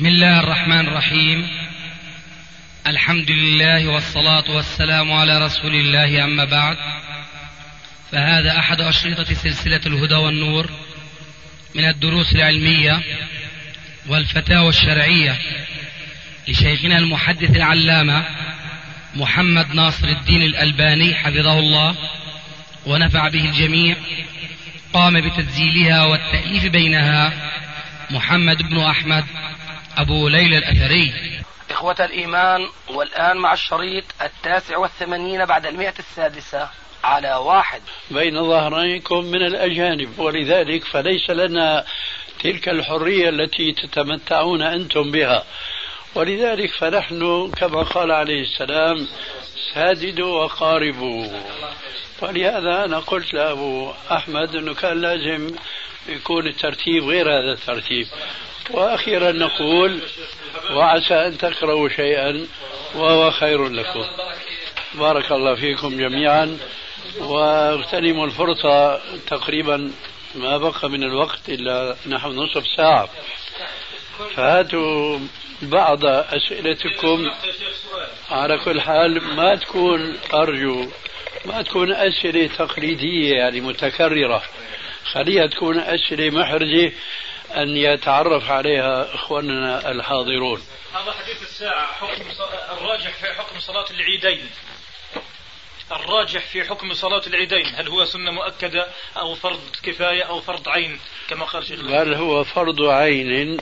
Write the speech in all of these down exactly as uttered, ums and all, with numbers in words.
بسم الله الرحمن الرحيم. الحمد لله والصلاة والسلام على رسول الله، أما بعد، فهذا أحد أشرطة سلسلة الهدى والنور من الدروس العلمية والفتاوى الشرعية لشيخنا المحدث العلامة محمد ناصر الدين الألباني حفظه الله ونفع به الجميع. قام بتسجيلها والتأليف بينها محمد بن أحمد أبو ليلى الأثري. إخوة الإيمان، والآن مع الشريط التاسع والثمانين بعد المئة السادسة على واحد. بين ظهرانكم من الأجانب، ولذلك فليس لنا تلك الحرية التي تتمتعون أنتم بها، ولذلك فنحن كما قال عليه السلام ساددوا وقاربوا. ولهذا أنا قلت لأبو أحمد أنه كان لازم يكون الترتيب غير هذا الترتيب. وأخيرا نقول وعسى أن تكرهوا شيئا وهو خير لكم. بارك الله فيكم جميعا، واغتنموا الفرصة. تقريبا ما بقى من الوقت إلا نحو نصف ساعة، فهاتوا بعض أسئلتكم. على كل حال ما تكون أرجو ما تكون أسئلة تقليدية يعني متكررة، خليها تكون أسئلة محرجة أن يتعرف عليها إخواننا الحاضرون. هذا حديث الساعة. حكم الراجح في حكم صلاة العيدين، الراجح في حكم صلاة العيدين هل هو سنة مؤكدة أو فرض كفاية أو فرض عين كما قال شيخ؟ بل هو فرض عين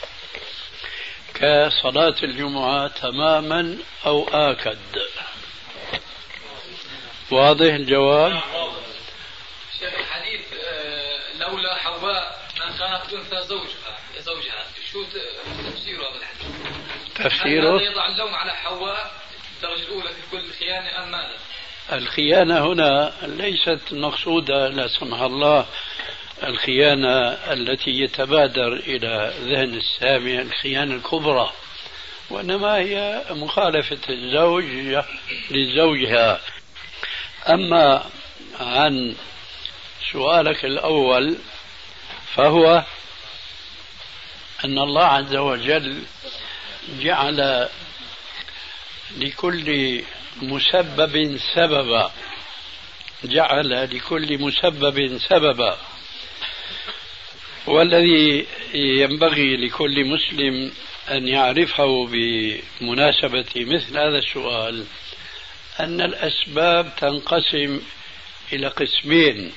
كصلاة الجمعة تماما أو آكد. واضح الجواب؟ شيخ الحديث لولا حواء ما كانت تنثى زوجها زوجها شو تفسيره هذا الحديث؟ تفسيره؟ هل يضع اللوم على حواء الدرجة الأولى في كل خيانة أم ماذا؟ الخيانة هنا ليست مقصودة لا سمح الله الخيانة التي يتبادر إلى ذهن السامع الخيانة الكبرى، وإنما هي مخالفة الزوج لزوجها. أما عن سؤالك الأول فهو أن الله عز وجل جعل لكل مسبب سببا جعل لكل مسبب سببا والذي ينبغي لكل مسلم أن يعرفه بمناسبة مثل هذا السؤال أن الأسباب تنقسم إلى قسمين: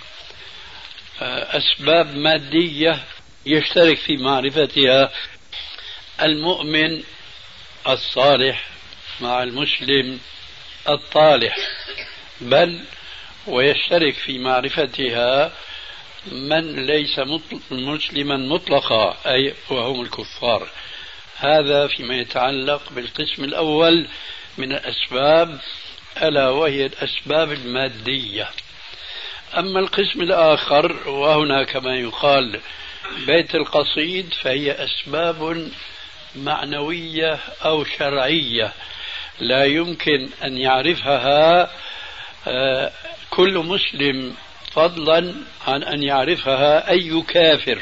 أسباب مادية يشترك في معرفتها المؤمن الصالح مع المسلم الطالح، بل ويشترك في معرفتها من ليس مسلما مطلقا أي وهم الكفار. هذا فيما يتعلق بالقسم الأول من الأسباب، ألا وهي الأسباب المادية. أما القسم الآخر وهنا كما يقال بيت القصيد فهي أسباب معنوية أو شرعية لا يمكن أن يعرفها كل مسلم، فضلا عن أن يعرفها أي كافر.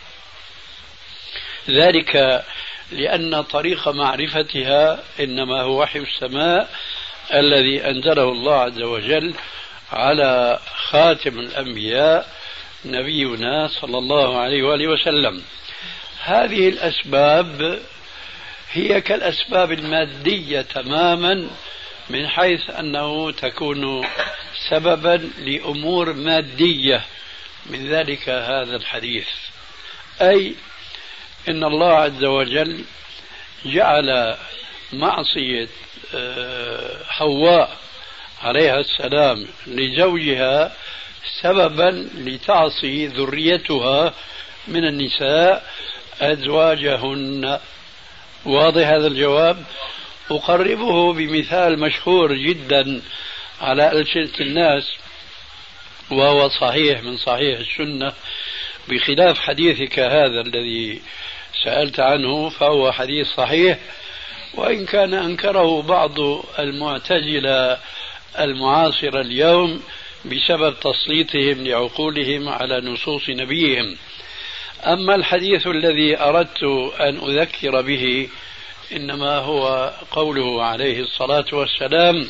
ذلك لأن طريق معرفتها إنما هو وحي السماء الذي أنزله الله عز وجل على خاتم الأنبياء نبينا صلى الله عليه وآله وسلم. هذه الأسباب هي كالأسباب المادية تماما، من حيث أنه تكون سببا لأمور مادية، من ذلك هذا الحديث، أي إن الله عز وجل جعل معصية حواء عليها السلام لزوجها سببا لتعصي ذريتها من النساء أزواجهن. واضح هذا الجواب؟ أقربه بمثال مشهور جدا على ألسنة الناس وهو صحيح من صحيح السنة، بخلاف حديثك هذا الذي سألت عنه، فهو حديث صحيح، وإن كان أنكره بعض المعتزلة المعاصرة اليوم بسبب تسليطهم لعقولهم على نصوص نبيهم. أما الحديث الذي أردت أن أذكر به إنما هو قوله عليه الصلاة والسلام: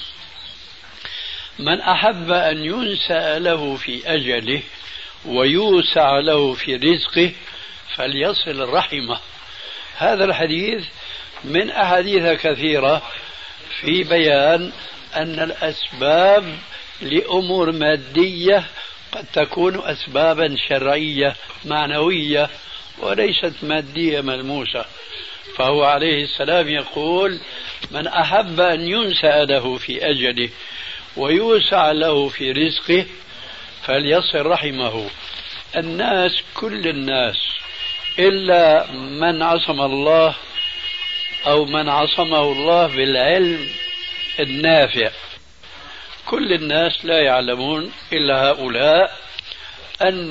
من أحب أن ينسأ له في أجله ويوسع له في رزقه فليصل رحمه. هذا الحديث من أحاديث كثيرة في بيان أن الأسباب لأمور مادية قد تكون أسبابا شرعية معنوية وليست مادية ملموسة. فهو عليه السلام يقول: من أحب أن ينسأ له في أجله ويوسع له في رزقه فليصل رحمه. الناس كل الناس إلا من عصم الله أو من عصمه الله بالعلم النافع، كل الناس لا يعلمون إلا هؤلاء أن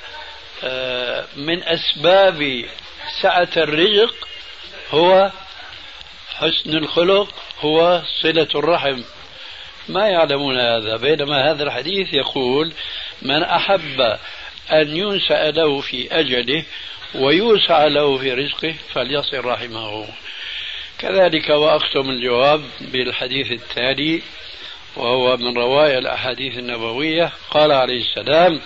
من أسباب سعة الرزق هو حسن الخلق، هو صلة الرحم. ما يعلمون هذا، بينما هذا الحديث يقول: من أحب أن ينسأ له في أجله ويوسع له في رزقه فليصل رحمه. كذلك وأختم الجواب بالحديث التالي وهو من رواية الأحاديث النبوية. قال عليه السلام: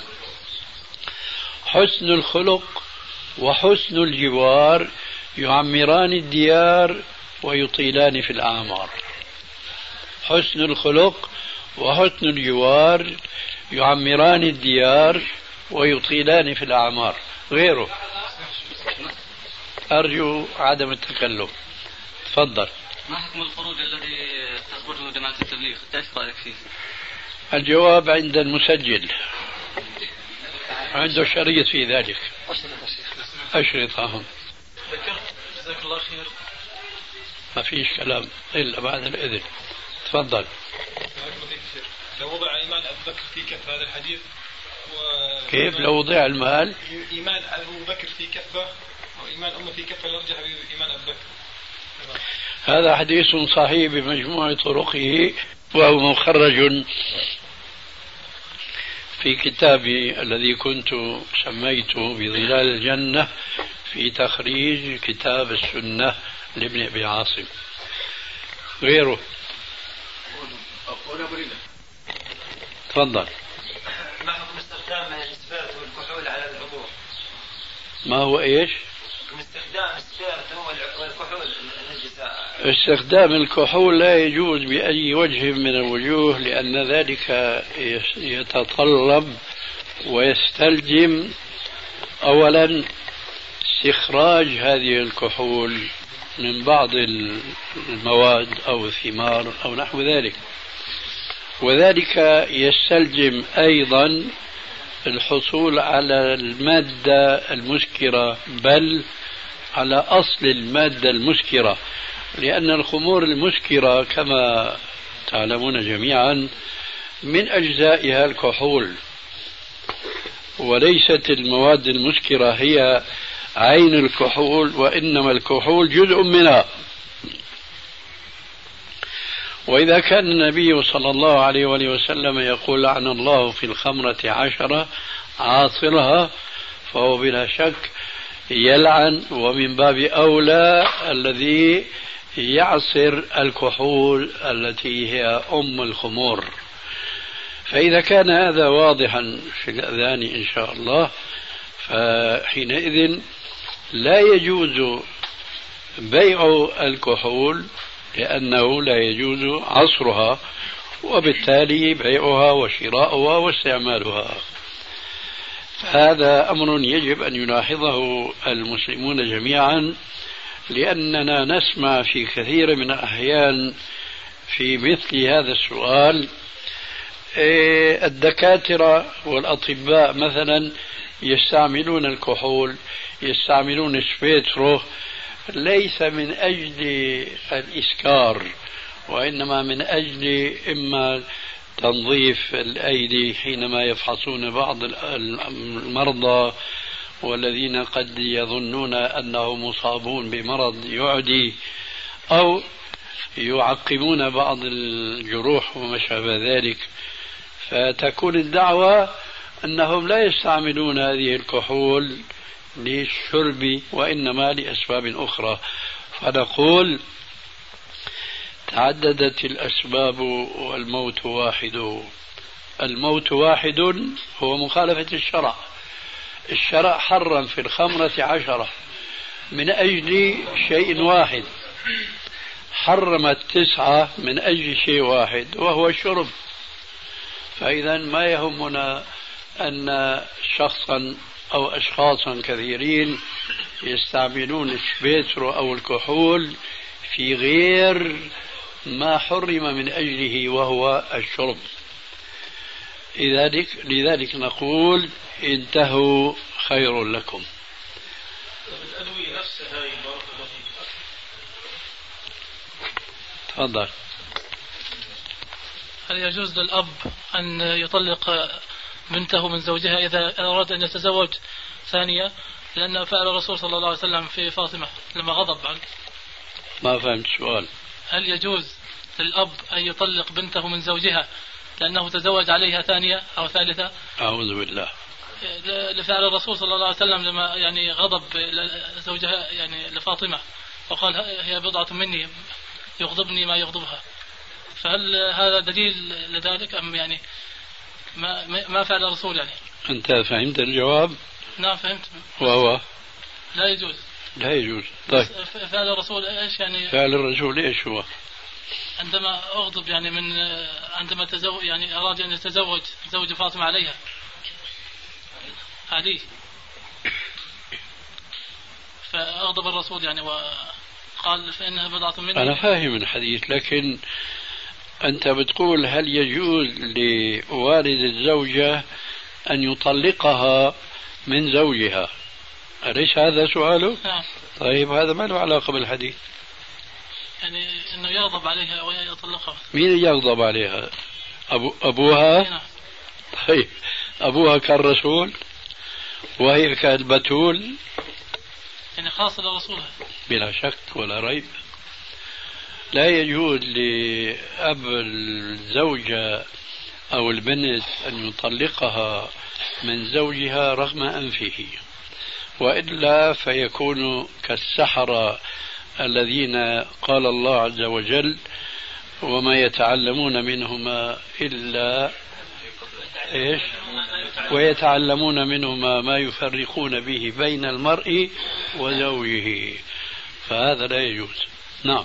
حسن الخلق وحسن الجوار يعمران الديار ويطيلان في الأعمار. حسن الخلق وحسن الجوار يعمران الديار ويطيلان في الأعمار. غيره أرجو عدم التكلم. تفضل. ما حكم الخروج الذي تخرجه جماعة التبليغ؟ ايش رأيك فيه؟ الجواب عند المسجل، عنده شريط في ذلك. أشرطهم. جزاك الله خير. ما فيش كلام إلا بعد الإذن. تفضل. لو وضع إيمان أبو بكر في كفة هذا الحديث و... كيف لو وضع المال؟ إيمان أبو بكر في كفة وإيمان أمه في كفة يرجع بإيمان أبو بكر. هذا حديث صحيح بمجموع طرقه وهو مخرج في كتابي الذي كنت سميته بظلال الجنة في تخريج كتاب السنة لابن أبي عاصم. غيره. تفضل. ما حكم استخدام الإسفارت والكحول على العبور؟ ما هو إيش؟ استخدام الإسفارت والكحول النجسة. استخدام الكحول لا يجوز بأي وجه من الوجوه، لأن ذلك يتطلب ويستلزم أولا استخراج هذه الكحول من بعض المواد أو الثمار أو نحو ذلك، وذلك يستلزم أيضا الحصول على المادة المسكرة، بل على أصل المادة المسكرة، لأن الخمور المسكرة كما تعلمون جميعا من أجزائها الكحول، وليست المواد المسكرة هي عين الكحول، وإنما الكحول جزء منها. وإذا كان النبي صلى الله عليه وآله وسلم يقول: لعن الله في الخمرة عشرة عاصرها، فهو بلا شك يلعن، ومن باب أولى الذي يعصر الكحول التي هي أم الخمور. فإذا كان هذا واضحا في الأذان إن شاء الله، فحينئذ لا يجوز بيع الكحول، لأنه لا يجوز عصرها، وبالتالي بيعها وشراؤها واستعمالها. هذا أمر يجب أن يلاحظه المسلمون جميعا، لأننا نسمع في كثير من الأحيان في مثل هذا السؤال الدكاترة والأطباء مثلا يستعملون الكحول، يستعملون سبيترو، ليس من أجل الإسكار، وإنما من أجل إما تنظيف الأيدي حينما يفحصون بعض المرضى والذين قد يظنون أنهم مصابون بمرض يعدي، أو يعقمون بعض الجروح وما شابه ذلك. فتكون الدعوة أنهم لا يستعملون هذه الكحول للشرب وإنما لأسباب أخرى. فنقول تعددت الأسباب والموت واحد. الموت واحد هو مخالفة الشرع. الشرع حرم في الخمرة عشرة من أجل شيء واحد، حرمت تسعة من أجل شيء واحد وهو الشرب. فإذا ما يهمنا أن شخصا أو أشخاصا كثيرين يستعملون السبيترو أو الكحول في غير ما حرم من أجله وهو الشرب. لذلك, لذلك نقول انتهوا خير لكم. الأدوية نفسها بارك الله فيك. تفضل. هل يجوز للأب أن يطلق بنته من زوجها إذا أراد أن يتزوج ثانية؟ لأن فعل الرسول صلى الله عليه وسلم في فاطمة لما غضب عنه. ما فهمت السؤال. هل يجوز للأب أن يطلق بنته من زوجها لأنه تزوج عليها ثانية أو ثالثة؟ أعوذ بالله. لفعل الرسول صلى الله عليه وسلم لما يعني غضب زوجها يعني لفاطمة وقال هي بضعة مني يغضبني ما يغضبها. فهل هذا دليل لذلك أم يعني ما ما فعل الرسول يعني؟ أنت فهمت الجواب؟ نعم فهمت. وهو لا يجوز. لا يجوز. طيب فعل الرسول ايش يعني؟ فعل الرسول ايش هو؟ عندما أغضب يعني من عندما تزوج يعني أراد أن يتزوج زوج فاطمة عليها علي، فأغضب الرسول يعني وقال فإنها بضعة مني. أنا فاهم الحديث، لكن أنت بتقول هل يجوز لوالد الزوجة أن يطلقها من زوجها؟ أليس هذا سؤاله؟ نعم. طيب هذا ما له علاقة بالحديث. يعني أنه يغضب عليها ويطلقها. مين يغضب عليها؟ أبو أبوها؟ نعم. طيب أبوها كالرسول وهي كالبتول؟ يعني خاصة لرسولها. بلا شك ولا ريب. لا يجوز لأب الزوجة أو البنت أن يطلقها من زوجها رغم أنفه، وإلا فيكون كالسحرة الذين قال الله عز وجل وما يتعلمون منهما إلا إيش ويتعلمون منهما ما يفرقون به بين المرء وزوجه، فهذا لا يجوز. نعم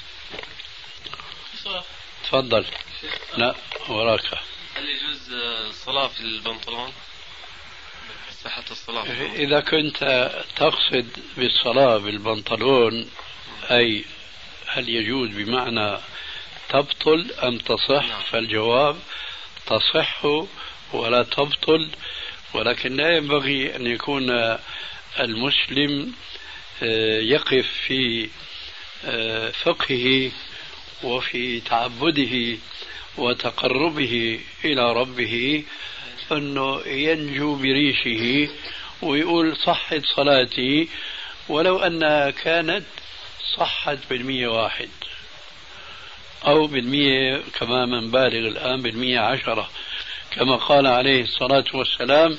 تفضل. لا وراك. هل يجوز الصلاة في البنطلون؟ صحة الصلاة. إذا كنت تقصد بالصلاة بالبنطلون أي هل يجوز بمعنى تبطل أم تصح؟ فالجواب تصح ولا تبطل، ولكن لا ينبغي أن يكون المسلم يقف في فقهه وفي تعبده وتقربه إلى ربه أنه ينجو بريشه ويقول صحت صلاتي ولو أنها كانت صحت بالمية واحد أو بالمية كما من بالغ الآن بالمية عشرة، كما قال عليه الصلاة والسلام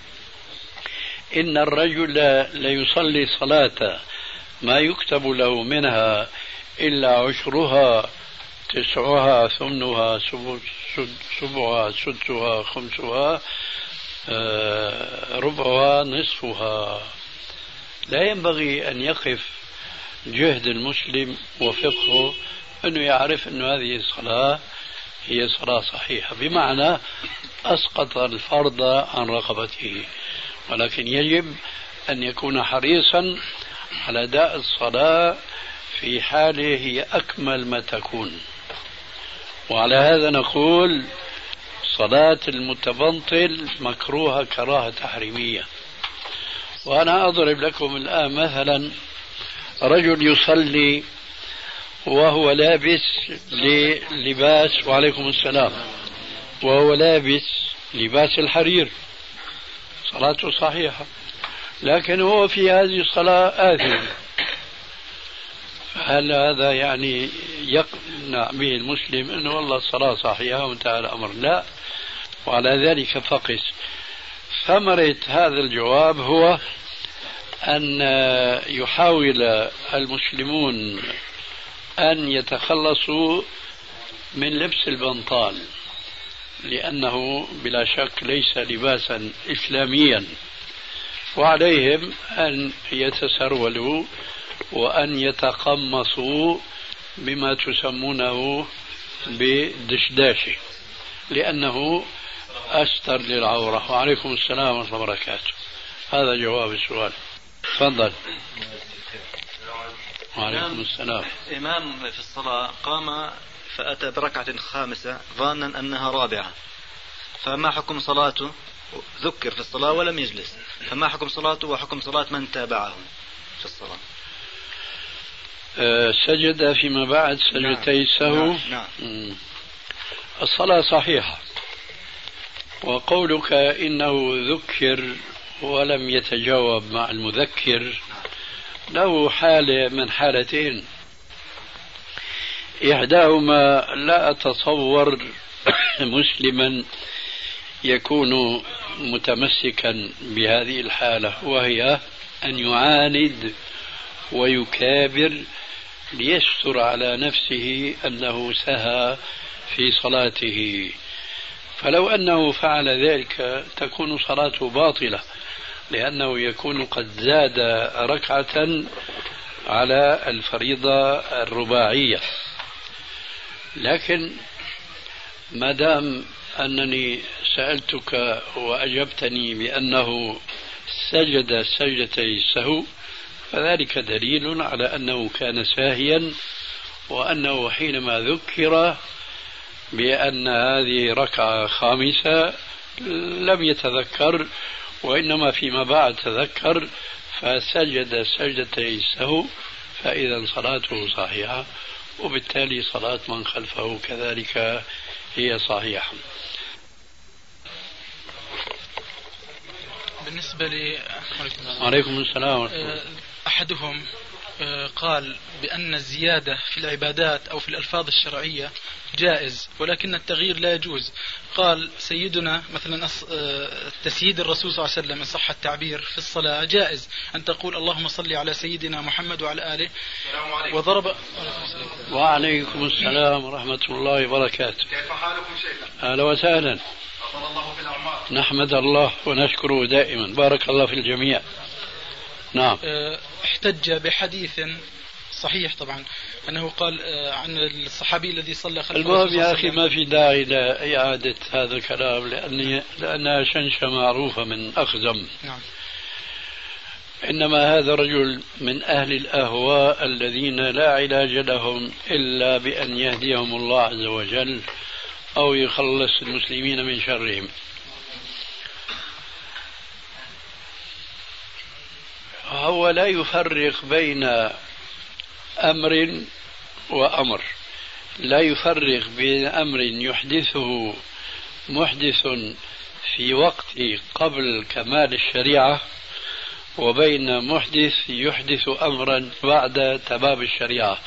إن الرجل ليصلي صلاة ما يكتب له منها إلا عشرها تسعها ثمنها سبعها سدسها خمسها ربعها نصفها. لا ينبغي أن يقف جهد المسلم وفقهه أنه يعرف أن هذه الصلاة هي صلاة صحيحة بمعنى أسقط الفرض عن رقبته، ولكن يجب أن يكون حريصا على أداء الصلاة في حاله هي أكمل ما تكون. وعلى هذا نقول صلاة المتبنطل مكروهة كراهة تحريمية. وأنا أضرب لكم الآن مثلا رجل يصلي وهو لابس للباس وعليكم السلام وهو لابس لباس الحرير، صلاته صحيحة، لكن هو في هذه الصلاة آثم. هل هذا يعني يقنع به المسلم أنه والله الصلاة صحيحة وانتهى الأمر؟ لا. وعلى ذلك فقس. ثمرة هذا الجواب هو أن يحاول المسلمون أن يتخلصوا من لبس البنطال، لأنه بلا شك ليس لباسا إسلاميا، وعليهم أن يتسرولوا وأن يتقمصوا بما تسمونه بدشداشة، لأنه أستر للعورة. وعليكم السلام ورحمة الله وبركاته. هذا جواب السؤال. تفضل. وعليكم السلام. إمام في الصلاة قام فأتى بركعة خامسة ظانا أنها رابعة، فما حكم صلاته؟ ذكر في الصلاة ولم يجلس، فما حكم صلاته وحكم صلاة من تابعه في الصلاة؟ أه سجد فيما بعد سجدتي السهو. نعم. نعم. الصلاة صحيحة، وقولك إنه ذكر ولم يتجاوب مع المذكر له حالة من حالتين، إحداهما لا أتصور مسلما يكون متمسكا بهذه الحالة، وهي أن يعاند ويكابر ليستر على نفسه أنه سهى في صلاته، فلو أنه فعل ذلك تكون صلاته باطلة، لأنه يكون قد زاد ركعة على الفريضة الرباعية. لكن ما دام أنني سألتك وأجبتني بأنه سجد سجدتي السهو، فذلك دليل على أنه كان ساهيا، وأنه حينما ذكر بأن هذه ركعة خامسة لم يتذكر، وإنما فيما بعد تذكر فسجد سجدتي السهو، فإذا صلاته صحيحة، وبالتالي صلاة من خلفه كذلك هي صحيحة. بالنسبة لي عليكم السلام. أحدهم قال بأن الزيادة في العبادات أو في الألفاظ الشرعية جائز، ولكن التغيير لا يجوز. قال سيدنا مثلا تسييد الرسول صلى الله عليه وسلم إن صح التعبير في الصلاة جائز، أن تقول اللهم صل على سيدنا محمد وعلى آله. وضرب. وعليكم السلام ورحمة الله وبركاته. كيف حالكم شيخنا؟ أهلا وسهلا. أطال الله في الأعمار. نحمد الله ونشكره دائما. بارك الله في الجميع. نعم. احتج بحديث صحيح طبعا أنه قال عن الصحابي الذي صلى خلف المهم يا أخي ما في داعي لإعادة هذا الكلام، لأني لأنها شنشة معروفة من أخزم. نعم. إنما هذا رجل من أهل الأهواء الذين لا علاج لهم إلا بأن يهديهم الله عز وجل أو يخلص المسلمين من شرهم. هو لا يفرق بين أمر وأمر، لا يفرق بين أمر يحدثه محدث في وقت قبل كمال الشريعة وبين محدث يحدث أمرا بعد تمام الشريعة.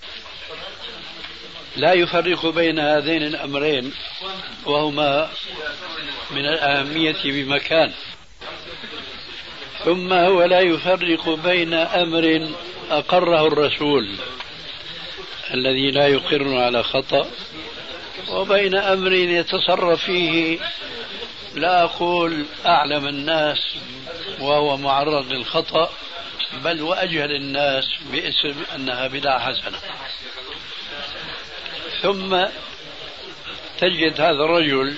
لا يفرق بين هذين الأمرين، وهما من الأهمية بمكان. ثم هو لا يفرق بين أمر أقره الرسول الذي لا يقر على خطأ، وبين أمر يتصرف فيه لا أقول أعلم الناس وهو معرض للخطأ، بل وأجهل الناس باسم أنها بدعة حسنة. ثم تجد هذا الرجل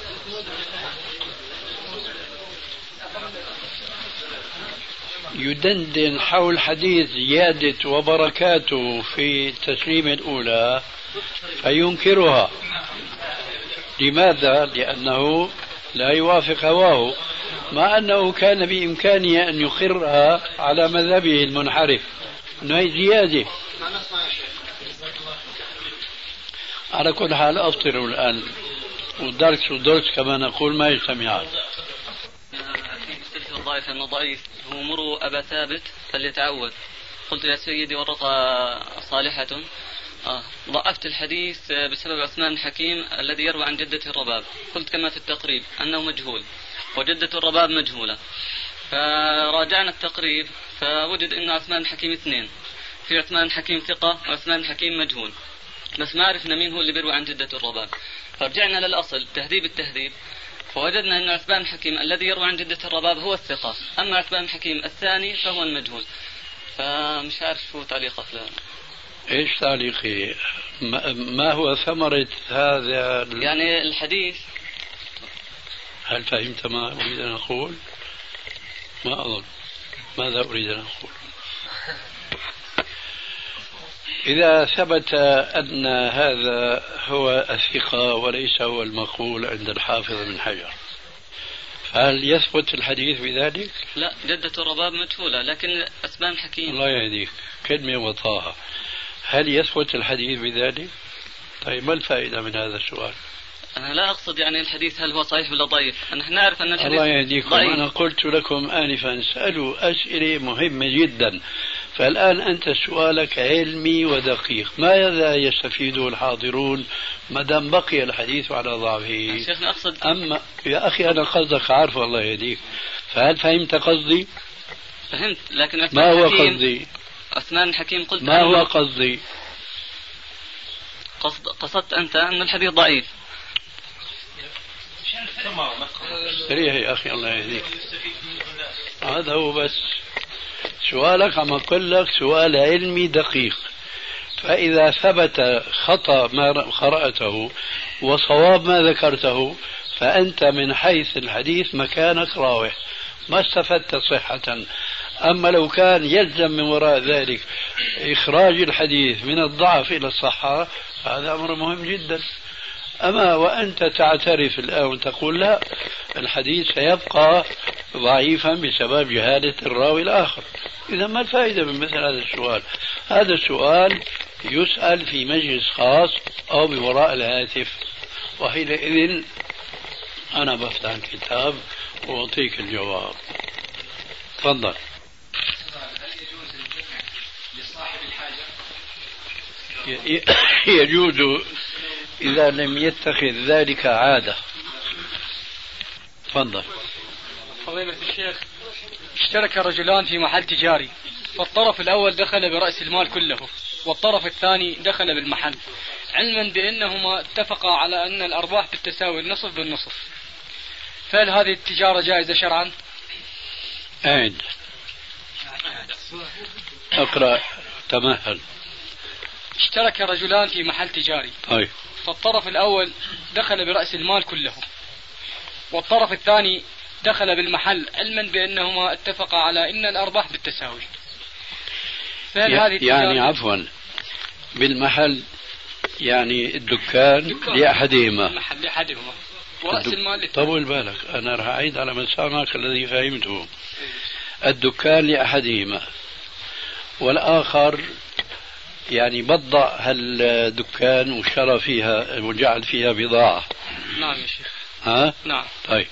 يدندن حول حديث زيادة وبركاته في التسليم الأولى فينكرها. لماذا؟ لأنه لا يوافق هواه، مع أنه كان بإمكانه أن يقرها على مذهبه المنحرف أنه هي زيادة. على كل حال أفطروا الآن، والدرس والدرس كما نقول ما يجتمعان. ضعيف أنه ضعيف، هو مروا أبا ثابت فليتعود. قلت يا سيدي ورقة صالحة. آه. ضعفت الحديث بسبب عثمان الحكيم الذي يروى عن جدة الرباب. قلت كما في التقريب أنه مجهول وجدة الرباب مجهولة، فراجعنا التقريب فوجد أن عثمان بن حكيم اثنين، في عثمان بن حكيم ثقة وعثمان بن حكيم مجهول، بس ما عرفنا مين هو اللي بيروي عن جدة الرباب. فرجعنا للأصل تهذيب التهذيب فوجدنا أن عثمان بن حكيم الذي يروي عن جدة الرباب هو الثقة، أما عثمان بن حكيم الثاني فهو المجهول. فمش عارف شو تعليقك له. ايش تعليقي؟ ما هو ثمرة هذا يعني الحديث؟ هل فهمت ما أريد أن أقول؟ ما أظن. ماذا أريد أن أقول؟ إذا ثبت أن هذا هو الثقة وليس هو المقول عند الحافظ بن حجر، هل يثبت الحديث بذلك؟ لا، جدة الرباب مجهولة لكن عثمان حكيم. الله يهديك، كلمة وطاها. هل يثبت الحديث بذلك؟ طيب ما الفائدة من هذا السؤال؟ أنا لا أقصد يعني الحديث هل هو صحيح ولا ضعيف، نحن نعرف أن الحديث الله يهديكم ضعيف. أنا قلت لكم آنفا اسألوا أسئلة مهمة جدا، فالآن أنت سؤالك علمي ودقيق، ماذا يستفيده الحاضرون ما دام بقي الحديث على ضعفه؟ شيخنا أقصد أما يا أخي أنا قصدك عارف الله يهديك، فهل فهمت قصدي؟ فهمت، لكن ما هو حكيم قصدي؟ عثمان الحكيم قلت ما هو قصدي؟ قصد قصدت أنت أن الحديث ضعيف. سريع يا أخي الله يهديك، هذا هو بس سؤالك. عم أقول لك سؤال علمي دقيق، فإذا ثبت خطأ ما قرأته وصواب ما ذكرته فأنت من حيث الحديث مكانك راوح، ما استفدت صحة. أما لو كان يلزم من وراء ذلك إخراج الحديث من الضعف إلى الصحة هذا أمر مهم جدا. أما وأنت تعترف الآن وتقول لا، الحديث سيبقى ضعيفا بسبب جهالة الراوي الآخر، إذا ما الفائدة من مثل هذا السؤال؟ هذا السؤال يسأل في مجلس خاص أو بوراء الهاتف، وحينئذ أنا بفتح الكتاب وأعطيك الجواب. تفضل. يجوز إذا لم يتخذ ذلك عادة. تفضل. فضيلة الشيخ، اشترك رجلان في محل تجاري، فالطرف الأول دخل برأس المال كله والطرف الثاني دخل بالمحل، علما بأنهما اتفقا على أن الأرباح بالتساوي النصف بالنصف، فهل هذه التجارة جائزة شرعا؟ أعد أقرأ تمهل. اشترك رجلان في محل تجاري، طيب. فالطرف الأول دخل برأس المال كله والطرف الثاني دخل بالمحل، علما بأنهما اتفقا على أن الأرباح بالتساوي، فهل ي- هذه يعني عفوا بالمحل يعني الدكان لأحدهما، المحل لأحدهما ورأس الدك... المال طول بالك أنا راح أعيد على مسامعك الذي فهمته. الدكان لأحدهما والآخر يعني بضع هالدكان وشرى فيها وجعل فيها بضاعة. نعم يا شيخ. ها؟ نعم. طيب.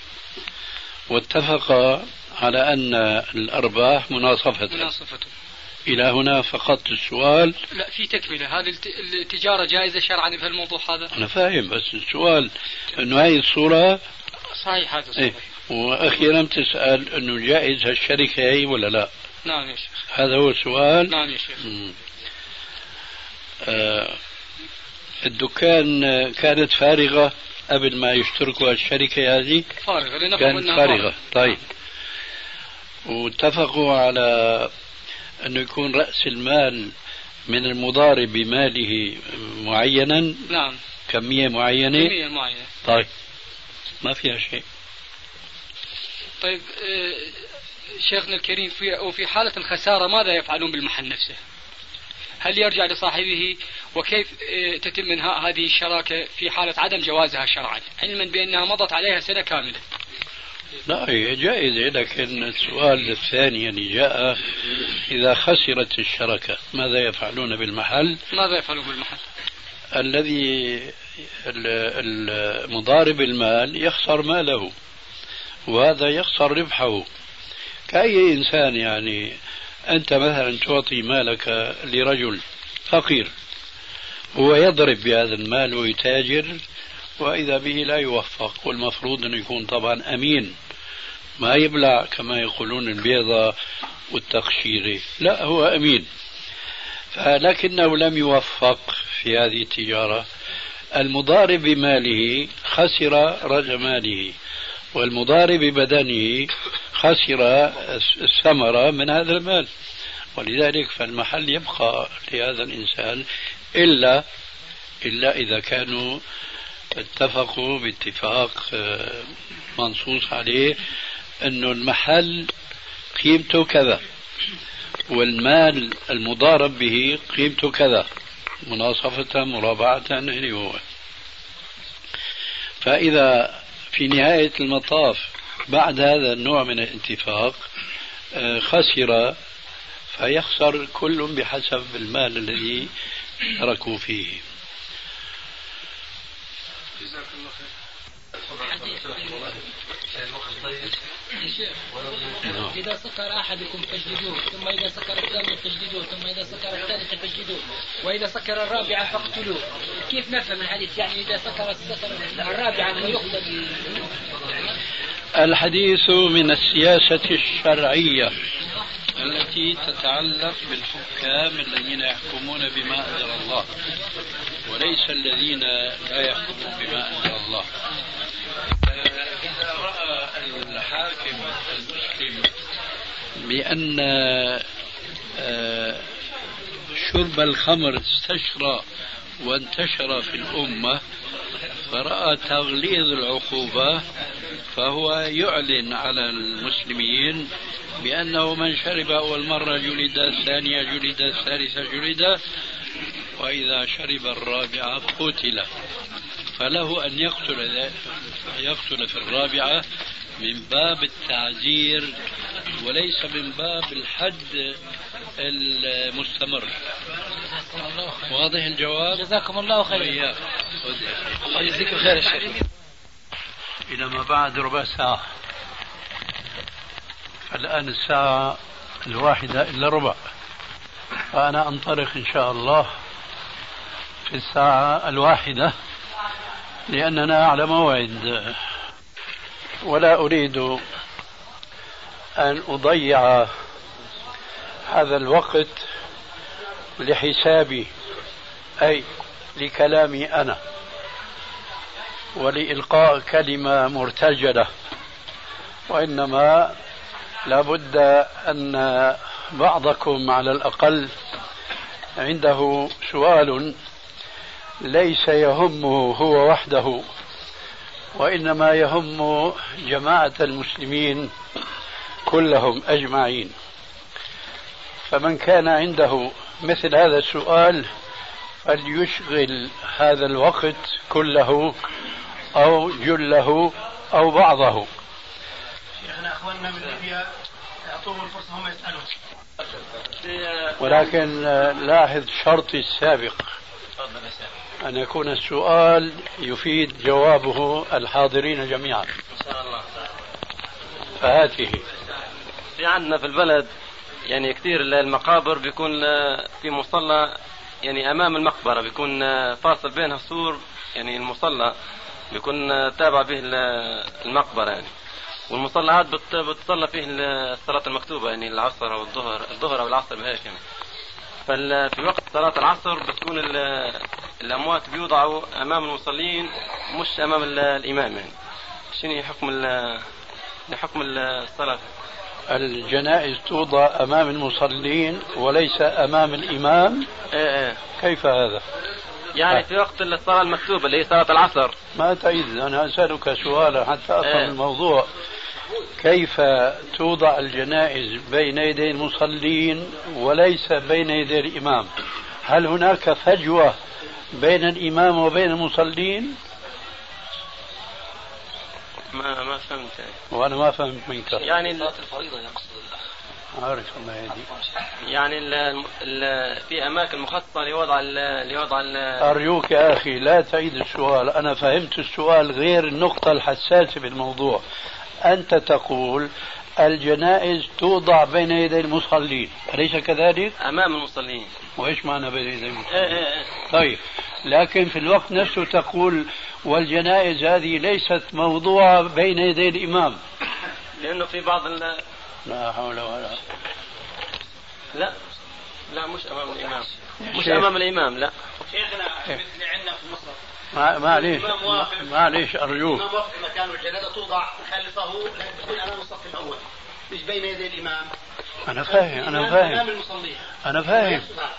واتفق على أن الأرباح مناصفة. مناصفة. إلى هنا فقط السؤال. لا في تكملة، هذه التجارة جائزة شرعا في الموضوع هذا؟ أنا فاهم، بس السؤال أنه هذه الصورة صحيح. هذا صحيح. إيه؟ وأخيرا تسأل أنه جائز هالشركة هي ولا لا؟ نعم يا شيخ. هذا هو السؤال. نعم يا شيخ. آه الدكان كانت فارغة قبل ما يشتركوا الشركة هذه؟ فارغة. كانت فارغة. طيب. واتفقوا على أنه يكون رأس المال من المضارب بماله معينا. نعم. كمية معينة. كمية معينة. طيب ما فيها شيء. طيب آه شيخنا الكريم، في وفي حالة الخسارة ماذا يفعلون بالمحل نفسه؟ هل يرجع لصاحبه؟ وكيف آه تتم انهاء هذه الشراكة في حالة عدم جوازها شرعا، علما بأنها مضت عليها سنة كاملة؟ لا هي جائزة، لكن السؤال الثاني اللي جاء إذا خسرت الشركة ماذا يفعلون بالمحل؟ ماذا يفعلون بالمحل؟ الذي المضارب المال يخسر ماله وهذا يخسر ربحه كأي إنسان. يعني أنت مثلا تعطي مالك لرجل فقير، هو يضرب بهذا المال ويتاجر وإذا به لا يوفق، والمفروض أن يكون طبعا أمين ما يبلع كما يقولون البيضة والتقشيرة، لا هو أمين. لكنه لم يوفق في هذه التجارة. المضارب بماله خسر رأس ماله، والمضارب ببدنه خسر الثمرة من هذا المال، ولذلك فالمحل يبقى لهذا الإنسان إلا إلا إذا كانوا اتفقوا باتفاق منصوص عليه أنه المحل قيمته كذا والمال المضارب به قيمته كذا، مناصفة مرابعة اللي هو. فإذا في نهاية المطاف بعد هذا النوع من الاتفاق خسر، فيخسر كل بحسب المال الذي شاركوا فيه. جزاك الله خير. إذا سكر أحدكم فاجلدوه، ثم إذا سكر الثاني فاجلدوه، ثم إذا سكر الثالث فاجلدوه، وإذا سكر الرابعة فاقتلوه. كيف نفهم الحديث؟ يعني إذا سكر السكر الرابعة فيقتل. الحديث من السياسة الشرعية التي تتعلق بالحكام الذين يحكمون بما أنزل الله، وليس الذين لا يحكمون بما أنزل الله. إذا رأى الحاكم المسلم بأن شرب الخمر استشرى وانتشر في الأمة، فرأى تغليظ العقوبة، فهو يعلن على المسلمين بأنه من شرب أول مرة جلد، الثانية جلد، الثالثة جلد، وإذا شرب الرابعة قتل. فله أن يقتل يقتل في الرابعة من باب التعزير وليس من باب الحد المستمر. واضح الجواب؟ جزاكم الله خير. الله يجزيك الخير يا شيخ. إلى ما بعد ربع ساعة، فالآن الساعة الواحدة إلا ربع، فأنا أنطلق إن شاء الله في الساعة الواحدة لأننا على موعد، ولا أريد أن أضيع هذا الوقت لحسابي، أي لكلامي أنا، ولإلقاء كلمة مرتجلة، وإنما لابد أن بعضكم على الأقل عنده سؤال ليس يهمه هو وحده، وإنما يهم جماعة المسلمين كلهم أجمعين. فمن كان عنده مثل هذا السؤال فليشغل هذا الوقت كله أو جله أو بعضه. شيخنا أخواننا من ليبيا يعطوهم الفرصة هم يسألون، ولكن لاحظ شرطي السابق أن يكون السؤال يفيد جوابه الحاضرين جميعا. إن شاء الله. فهاته. في عندنا في البلد يعني كثير المقابر بيكون في مصلى يعني أمام المقبرة، بيكون فاصل بينها سور، يعني المصلى بيكون تابع به المقبرة يعني، والمصلى هذا بتصلى فيه الصلاة المكتوبة يعني العصر أو الظهر الظهر أو العصر بهيك يعني. ففي وقت صلاة العصر بتكون الأموات بيوضعوا أمام المصلين مش أمام الإمام يعني. شنو حكم حكم الصلاة؟ الجنائز توضع أمام المصلين وليس أمام الإمام. إيه إيه. كيف هذا؟ يعني ها. في وقت الصلاة المكتوبة اللي هي صلاة العصر. ما تعيد، أنا أسألك سؤالا حتى أفهم إيه. الموضوع. كيف توضع الجنائز بين يدي المصلين وليس بين يدي الإمام؟ هل هناك فجوة بين الإمام وبين المصلين؟ ما ما فهمت يعني. وأنا ما فهمت منك. يعني صلاة الفريضة يقصد الله. عارف ما هي دي. يعني ال ال في أماكن مخصصة لوضع ال لوضع ال أرجوك يا أخي لا تعيد السؤال، أنا فهمت السؤال غير النقطة الحساسة بالموضوع. أنت تقول الجنائز توضع بين يدي المصلين، أليس كذلك؟ أمام المصلين. وإيش معنى بين يدي المصلين؟ إيه إيه. طيب، لكن في الوقت نفسه تقول والجنائز هذه ليست موضوعة بين يدي الإمام. لأنه في بعض ال... لا حول ولا لا لا مش أمام الإمام، مش أمام الإمام لا. شيخنا مثل عندنا في مصر ما معليش معليش أرجوك. الإمام واقف مكان الجنازة توضع خلفه لكن تكون أمام الصف الأول مش بين يدي الإمام. أنا فاهم أنا فاهم أنا فاهم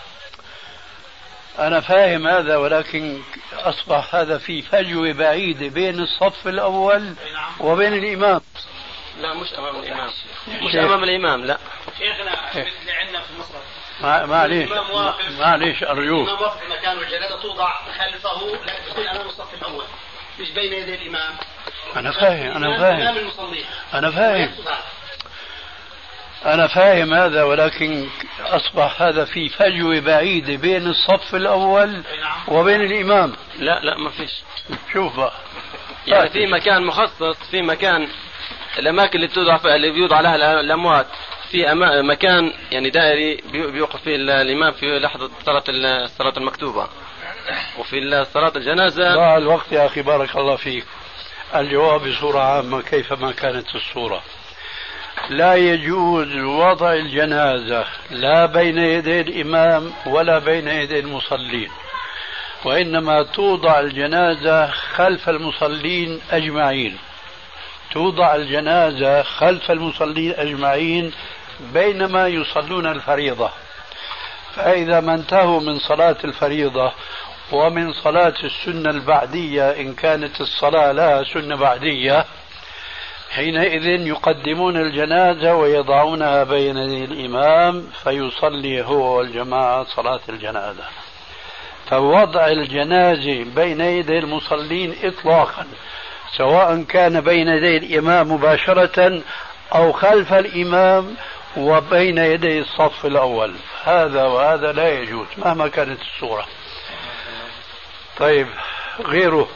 أنا فاهم هذا، ولكن أصبح هذا في فجوة بعيدة بين الصف الأول وبين الإمام. لا مش أمام الإمام، مش أمام الإمام لا. شيخنا مثل عندنا في مصر ما معليش معليش أرجوك. الإمام واقف مكان الجنازة توضع خلفه لكن تكون أمام الصف الأول مش بين يدي الإمام. أنا فاهم أنا فاهم أمام المصلين. أنا فاهم أنا فاهم هذا، ولكن أصبح هذا في فجوة بعيدة بين الصف الأول وبين الإمام. لا لا ما فيش. شوف بقى يعني في مكان مخصص، في مكان الأماكن اللي توضع فيها اللي بيوضع لها الأموات في أما... مكان يعني دائري بيوقف فيه الإمام في لحظة صلاة الصلاة المكتوبة، وفي صلاة الجنازة. ضاع الوقت يا أخي بارك الله فيك. الجواب بصورة عامة كيفما كانت الصورة. لا يجوز وضع الجنازة لا بين يدي الإمام ولا بين يدي المصلين، وإنما توضع الجنازة خلف المصلين أجمعين. توضع الجنازة خلف المصلين أجمعين بينما يصلون الفريضة. فإذا ما انتهوا من صلاة الفريضة ومن صلاة السنة البعدية إن كانت الصلاة لها سنة بعدية، حينئذ يقدمون الجنازة ويضعونها بين يدي الإمام فيصلي هو والجماعة صلاة الجنازة. فوضع الجنازة بين يدي المصلين إطلاقا سواء كان بين يدي الإمام مباشرة أو خلف الإمام وبين يدي الصف الأول، هذا وهذا لا يجوز مهما كانت الصورة. طيب غيره.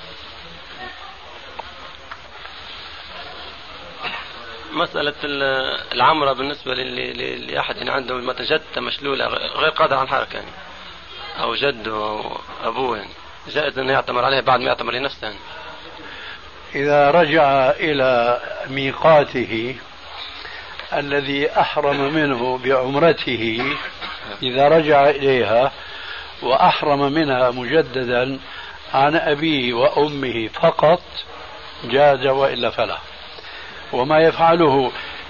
مسألة العمرة بالنسبة لأحد عنده متجدة مشلولة غير قادر على الحركة يعني، أو جده أو أبوه يعني، جائز أن يعتمر عليها بعد ما يعتمر لنفسه يعني. إذا رجع إلى ميقاته الذي أحرم منه بعمرته، إذا رجع إليها وأحرم منها مجددا عن أبيه وأمه فقط جاز، وإلا فلا. وما يفعله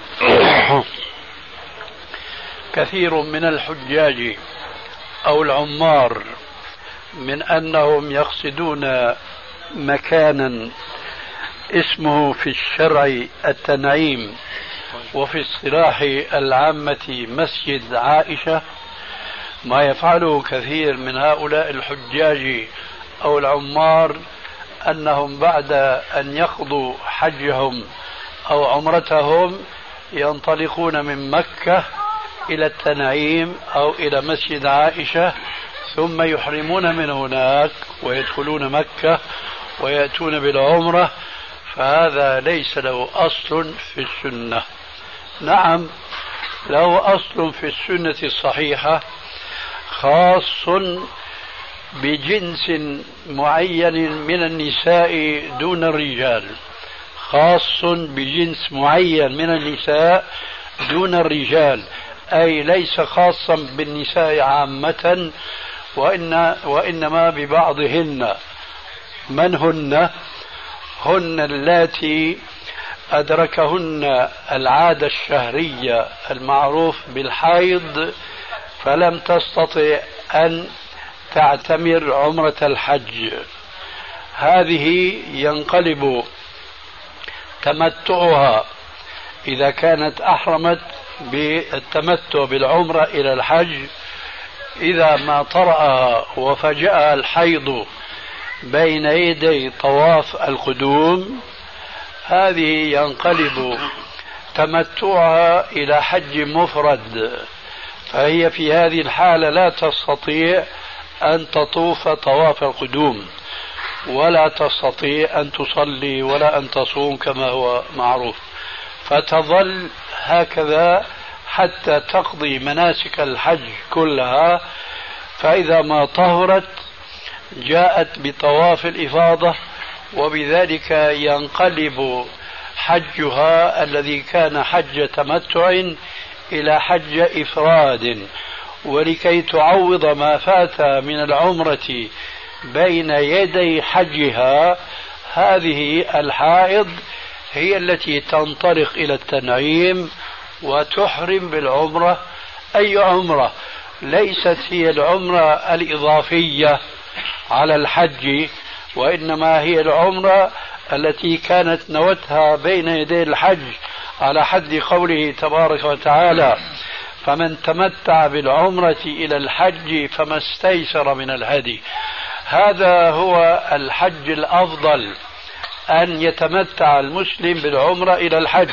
كثير من الحجاج أو العمار من أنهم يقصدون مكانا اسمه في الشرع التنعيم وفي اصطلاح العامة مسجد عائشة، ما يفعله كثير من هؤلاء الحجاج أو العمار أنهم بعد أن يقضوا حجهم أو عمرتهم ينطلقون من مكة إلى التنعيم أو إلى مسجد عائشة، ثم يحرمون من هناك ويدخلون مكة ويأتون بالعمرة، فهذا ليس له أصل في السنة. نعم له أصل في السنة الصحيحة خاص بجنس معين من النساء دون الرجال، خاص بجنس معين من النساء دون الرجال، أي ليس خاصا بالنساء عامة، وإن وإنما ببعضهن. من هن؟ هن اللاتي أدركهن العادة الشهرية المعروف بالحيض فلم تستطع أن تعتمر عمرة الحج، هذه ينقلب تمتعها إذا كانت أحرمت بالتمتع بالعمرة إلى الحج، إذا ما طرأها وفجأها الحيض بين يدي طواف القدوم، هذه ينقلب تمتعها إلى حج مفرد، فهي في هذه الحالة لا تستطيع أن تطوف طواف القدوم ولا تستطيع أن تصلي ولا أن تصوم كما هو معروف، فتظل هكذا حتى تقضي مناسك الحج كلها. فإذا ما طهرت جاءت بطواف الإفاضة، وبذلك ينقلب حجها الذي كان حج تمتع إلى حج إفراد، ولكي تعوض ما فات من العمرة بين يدي حجها، هذه الحائض هي التي تنطلق إلى التنعيم وتحرم بالعمرة. أي عمرة؟ ليست هي العمرة الإضافية على الحج، وإنما هي العمرة التي كانت نوتها بين يدي الحج، على حد قوله تبارك وتعالى: فمن تمتع بالعمرة إلى الحج فما استيسر من الهدي. هذا هو الحج الأفضل، أن يتمتع المسلم بالعمرة إلى الحج.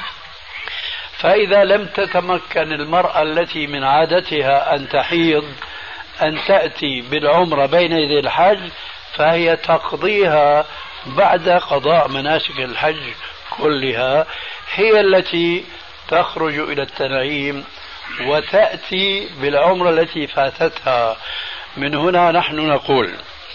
فإذا لم تتمكن المرأة التي من عادتها أن تحيض أن تأتي بالعمرة بين يدي الحج، فهي تقضيها بعد قضاء مناسك الحج كلها، هي التي تخرج إلى التنعيم وتأتي بالعمرة التي فاتتها. من هنا نحن نقول،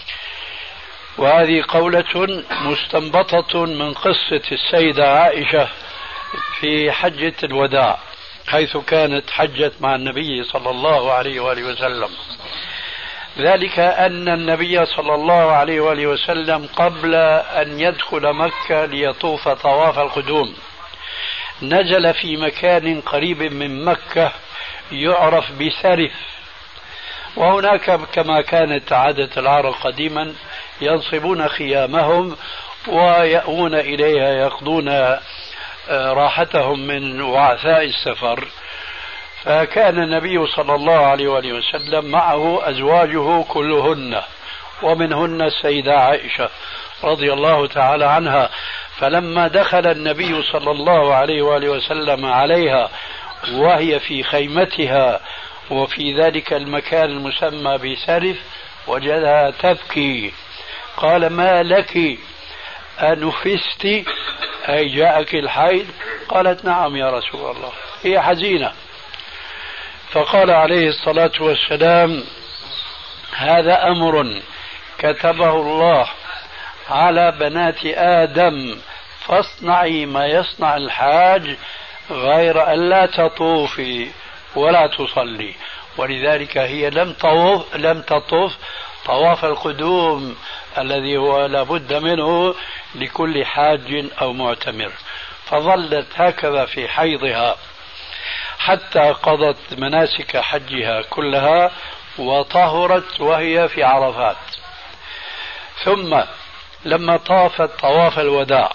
وهذه قولة مستنبطة من قصة السيدة عائشة في حجة الوداع، حيث كانت حجت مع النبي صلى الله عليه وآله وسلم، ذلك أن النبي صلى الله عليه وآله وسلم قبل أن يدخل مكة ليطوف طواف القدوم نزل في مكان قريب من مكة يعرف بسرف، وهناك كما كانت عادة العرب قديما ينصبون خيامهم ويأوون إليها يقضون راحتهم من وعثاء السفر. فكان النبي صلى الله عليه وآله وسلم معه أزواجه كلهن، ومنهن السيدة عائشة رضي الله تعالى عنها. فلما دخل النبي صلى الله عليه وآله وسلم عليها وهي في خيمتها وفي ذلك المكان المسمى بسرف، وجدها تبكي. قال: ما لك أنفست؟ أي جاءك الحيض؟ قالت: نعم يا رسول الله. هي حزينة. فقال عليه الصلاة والسلام: هذا أمر كتبه الله على بنات آدم، فاصنعي ما يصنع الحاج غير أن لا تطوفي ولا تصلي. ولذلك هي لم تطوف لم تطوف طواف القدوم الذي هو لابد منه لكل حاج أو معتمر، فظلت هكذا في حيضها حتى قضت مناسك حجها كلها وطهرت وهي في عرفات. ثم لما طافت طواف الوداع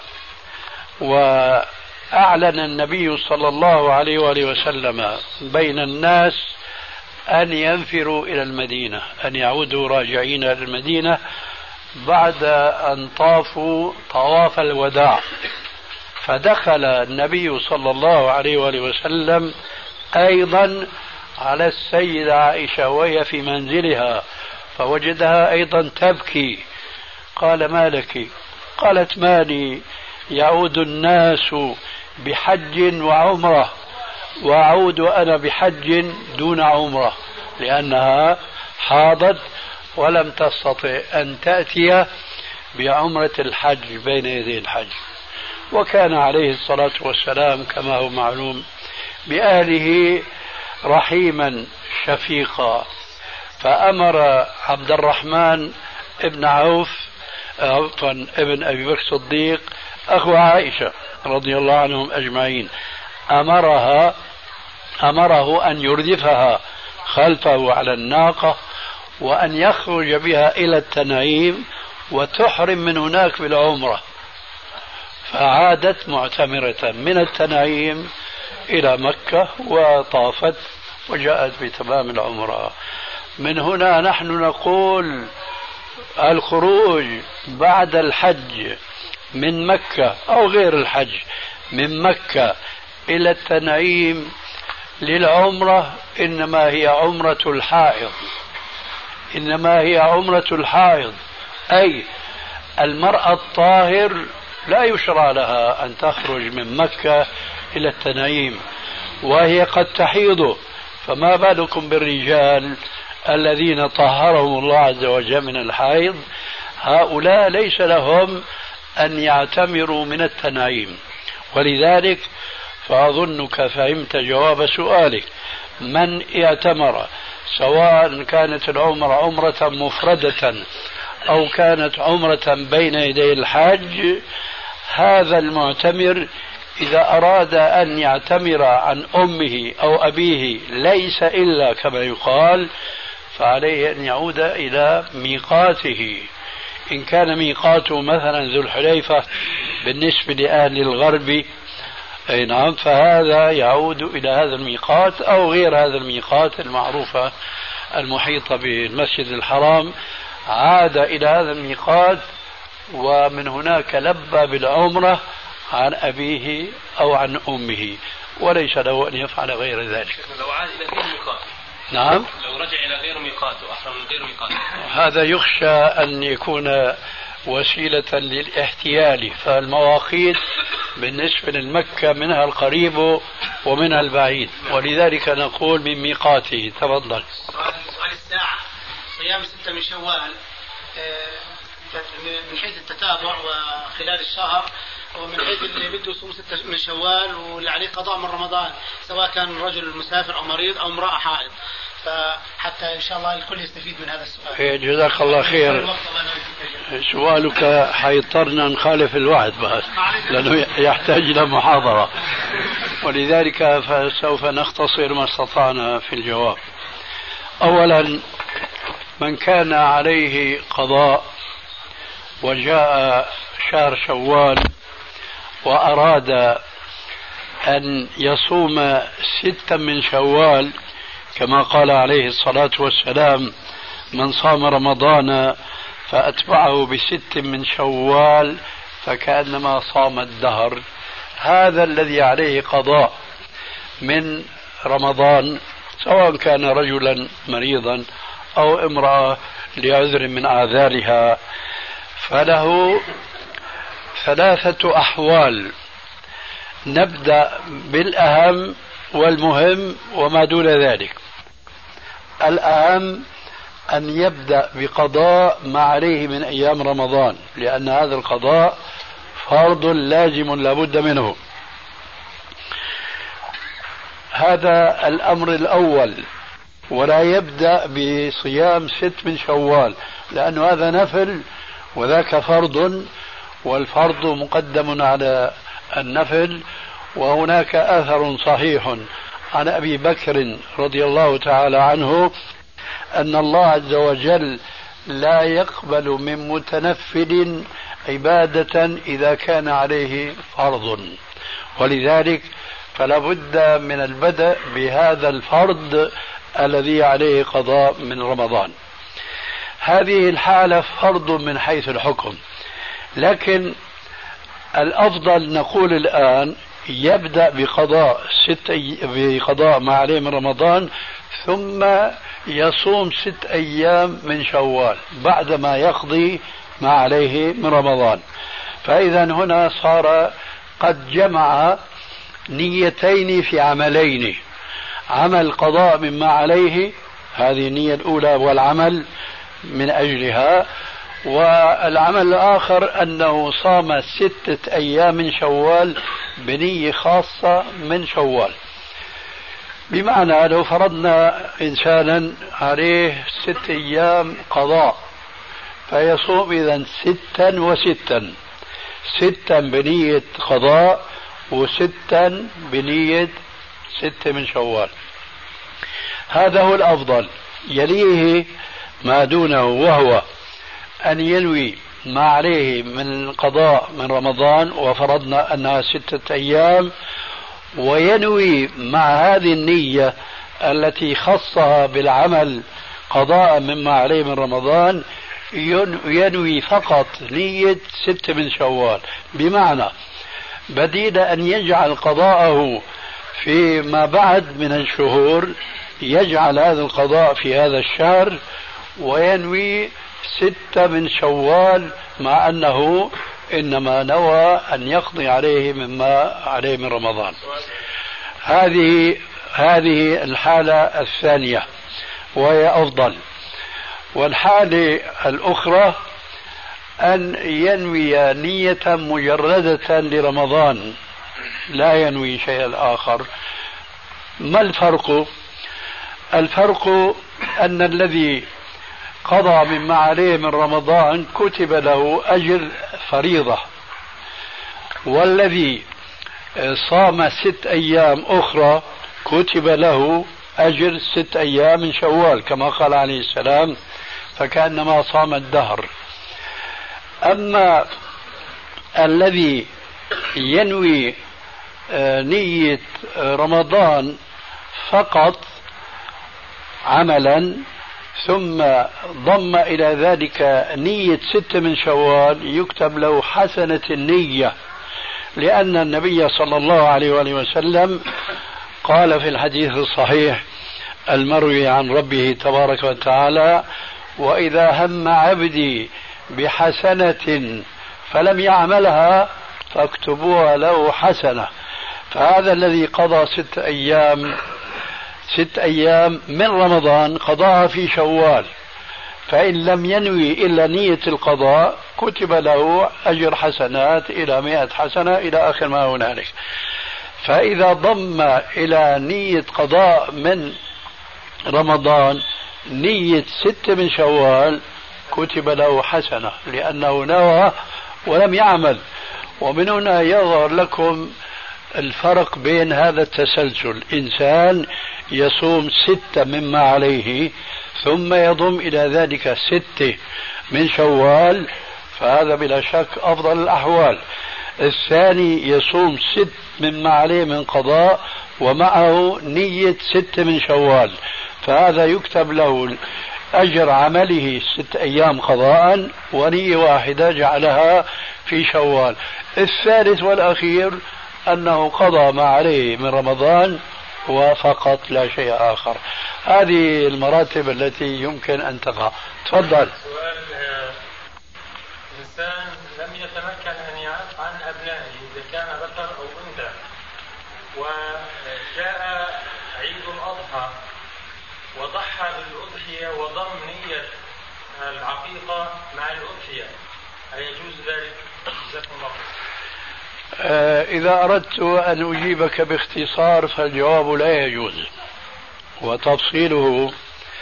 وأعلن النبي صلى الله عليه وآله وسلم بين الناس أن ينفروا إلى المدينة، أن يعودوا راجعين إلى المدينة بعد أن طافوا طواف الوداع، فدخل النبي صلى الله عليه وآله وسلم أيضا على السيدة عائشة وهي في منزلها، فوجدها أيضا تبكي. قال: ما لك؟ قالت: مالي، يعود الناس بحج وعمرة وأعود أنا بحج دون عمرة، لأنها حاضت ولم تستطع أن تأتي بعمرة الحج بين يدي الحج. وكان عليه الصلاة والسلام كما هو معلوم بأهله رحيما شفيقا، فأمر عبد الرحمن ابن عوف عفوا ابن أبي بكر الصديق أخو عائشة رضي الله عنهم أجمعين، أمرها أمره أن يردفها خلفه على الناقة وأن يخرج بها إلى التنعيم وتحرم من هناك بالعمرة. فعادت معتمرة من التنعيم إلى مكة وطافت وجاءت بتمام العمرة. من هنا نحن نقول الخروج بعد الحج من مكة أو غير الحج من مكة إلى التنعيم للعمرة إنما هي عمرة الحائض، إنما هي عمرة الحائض، أي المرأة الطاهر لا يشرع لها أن تخرج من مكة إلى التنعيم وهي قد تحيض، فما بالكم بالرجال الذين طهرهم الله عز وجل من الحيض؟ هؤلاء ليس لهم أن يعتمروا من التنعيم. ولذلك فأظنك فهمت جواب سؤالك. من اعتمر سواء كانت العمرة عمرة مفردة أو كانت عمرة بين يدي الحاج، هذا المعتمر إذا أراد أن يعتمر عن أمه أو أبيه ليس إلا كما يقال، فعليه أن يعود إلى ميقاته. إن كان ميقاته مثلا ذو الحليفة بالنسبة لأهل الغرب، أي نعم، فهذا يعود إلى هذا الميقات أو غير هذا الميقات المعروفة المحيطة بالمسجد الحرام، عاد إلى هذا الميقات ومن هناك لبى بالعمرة عن أبيه أو عن أمه، وليس له أن يفعل غير ذلك. لو عاد إلى غير ميقات. نعم. لو رجع إلى غير ميقات وأحرم من غير ميقات. هذا يخشى أن يكون وسيلة للاحتيال، فالمواقيت بالنسبة للمكة منها القريب ومنها البعيد، ولذلك نقول من ميقاته. تفضل. سؤال الساعة، صيام ستة من شوال من حيث التتابع وخلال الشهر، ومن حيث اللي بده يصوم ستة من شوال واللي عليه قضاء من رمضان، سواء كان رجل مسافر أو مريض أو امرأة حائض، فحتى إن شاء الله الكل يستفيد من هذا السؤال. جزاك الله خير. سؤالك حيضطرنا نخالف الوعد بس، لأنه يحتاج إلى محاضرة، ولذلك فسوف نختصر ما استطعنا في الجواب. أولا، من كان عليه قضاء وجاء شهر شوال وأراد أن يصوم ستا من شوال كما قال عليه الصلاة والسلام: من صام رمضان فأتبعه بست من شوال فكأنما صام الدهر، هذا الذي عليه قضاء من رمضان، سواء كان رجلا مريضا أو امرأة لعذر من أعذارها، فله ثلاثة أحوال. نبدأ بالأهم والمهم وما دون ذلك. الأهم أن يبدأ بقضاء ما عليه من أيام رمضان، لأن هذا القضاء فرض لازم لابد منه. هذا الأمر الأول. ولا يبدأ بصيام ست من شوال، لأن هذا نفل وذاك فرض، والفرض مقدم على النفل. وهناك أثر صحيح عن أبي بكر رضي الله تعالى عنه أن الله عز وجل لا يقبل من متنفل عبادة إذا كان عليه فرض، ولذلك فلا بد من البدء بهذا الفرض الذي عليه قضاء من رمضان. هذه الحالة فرض من حيث الحكم، لكن الأفضل نقول الآن يبدأ بقضاء ست أي... بقضاء ما عليه من رمضان، ثم يصوم ست أيام من شوال بعدما يقضي ما عليه من رمضان. فإذا هنا صار قد جمع نيتين في عملين: عمل قضاء مما عليه، هذه النية الأولى والعمل من أجلها، والعمل الآخر أنه صام ستة أيام من شوال بنية خاصة من شوال. بمعنى لو فرضنا إنسانا عليه ست أيام قضاء فيصوم إذن ستا وستا، ستا بنية قضاء وستا بنية ستة من شوال. هذا هو الأفضل. يليه ما دونه، وهو أن ينوي ما عليه من قضاء من رمضان، وفرضنا أنها ستة أيام، وينوي مع هذه النية التي خصها بالعمل قضاء مما عليه من رمضان ينوي فقط نية ستة من شوال. بمعنى بديل أن يجعل قضاءه فيما بعد من الشهور، يجعل هذا القضاء في هذا الشهر وينوي ستة من شوال، مع أنه إنما نوى أن يقضي عليه مما عليه من رمضان. هذه هذه الحالة الثانية وهي أفضل. والحالة الأخرى أن ينوي نية مجردة لرمضان لا ينوي شيئا آخر. ما الفرق؟ الفرق أن الذي قضى مما عليه من رمضان كتب له أجر فريضة، والذي صام ست أيام أخرى كتب له أجر ست أيام من شوال كما قال عليه السلام، فكأنما صام الدهر. أما الذي ينوي نية رمضان فقط عملا ثم ضم إلى ذلك نية ست من شوال يكتب له حسنة النية، لأن النبي صلى الله عليه وآله وسلم قال في الحديث الصحيح المروي عن ربه تبارك وتعالى: وإذا هم عبدي بحسنة فلم يعملها فاكتبوها له حسنة. فهذا الذي قضى ست أيام ست أيام من رمضان قضاها في شوال، فإن لم ينوي إلا نية القضاء كتب له أجر حسنات إلى مئة حسنة إلى آخر ما هنالك. فإذا ضم إلى نية قضاء من رمضان نية ست من شوال كتب له حسنة، لأنه نوى ولم يعمل. ومن هنا يظهر لكم الفرق بين هذا التسلسل: إنسان يصوم ستة مما عليه ثم يضم إلى ذلك ستة من شوال، فهذا بلا شك أفضل الأحوال. الثاني يصوم ست مما عليه من قضاء ومعه نية ست من شوال، فهذا يكتب له أجر عمله ست أيام قضاء ونية واحدة جعلها في شوال. الثالث والأخير أنه قضى ما عليه من رمضان وفقط لا شيء آخر. هذه المراتب التي يمكن أن تقع. تفضل. سؤال: إنسان لم يتمكن أن يعرف عن أبنائه إذا كان ذكر أو أنثى، وجاء عيد الأضحى وضحى بالأضحية وضم نية العقيقة مع الأضحية، أيجوز ذلك؟ جزاكم الله خير. إذا أردت أن أجيبك باختصار فالجواب لا يجوز، وتفصيله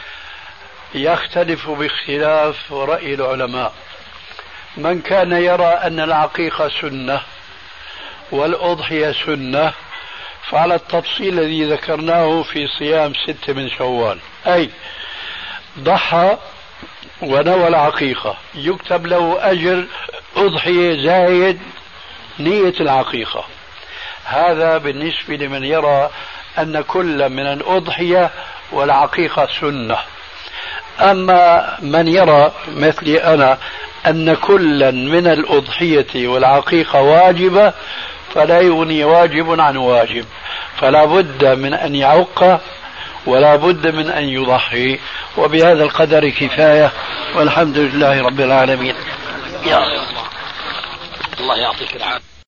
يختلف باختلاف رأي العلماء. من كان يرى أن العقيقة سنة والأضحية سنة فعلى التفصيل الذي ذكرناه في صيام ست من شوال، أي ضحى ونوى العقيقة يكتب له أجر أضحية زايد نية العقيقة. هذا بالنسبة لمن يرى أن كل من الأضحية والعقيقة سنة. أما من يرى مثلي أنا أن كل من الأضحية والعقيقة واجبة فلا يغني واجب عن واجب، فلا بد من أن يعق ولا بد من أن يضحي. وبهذا القدر كفاية، والحمد لله رب العالمين. يا الله يعطيك العافية.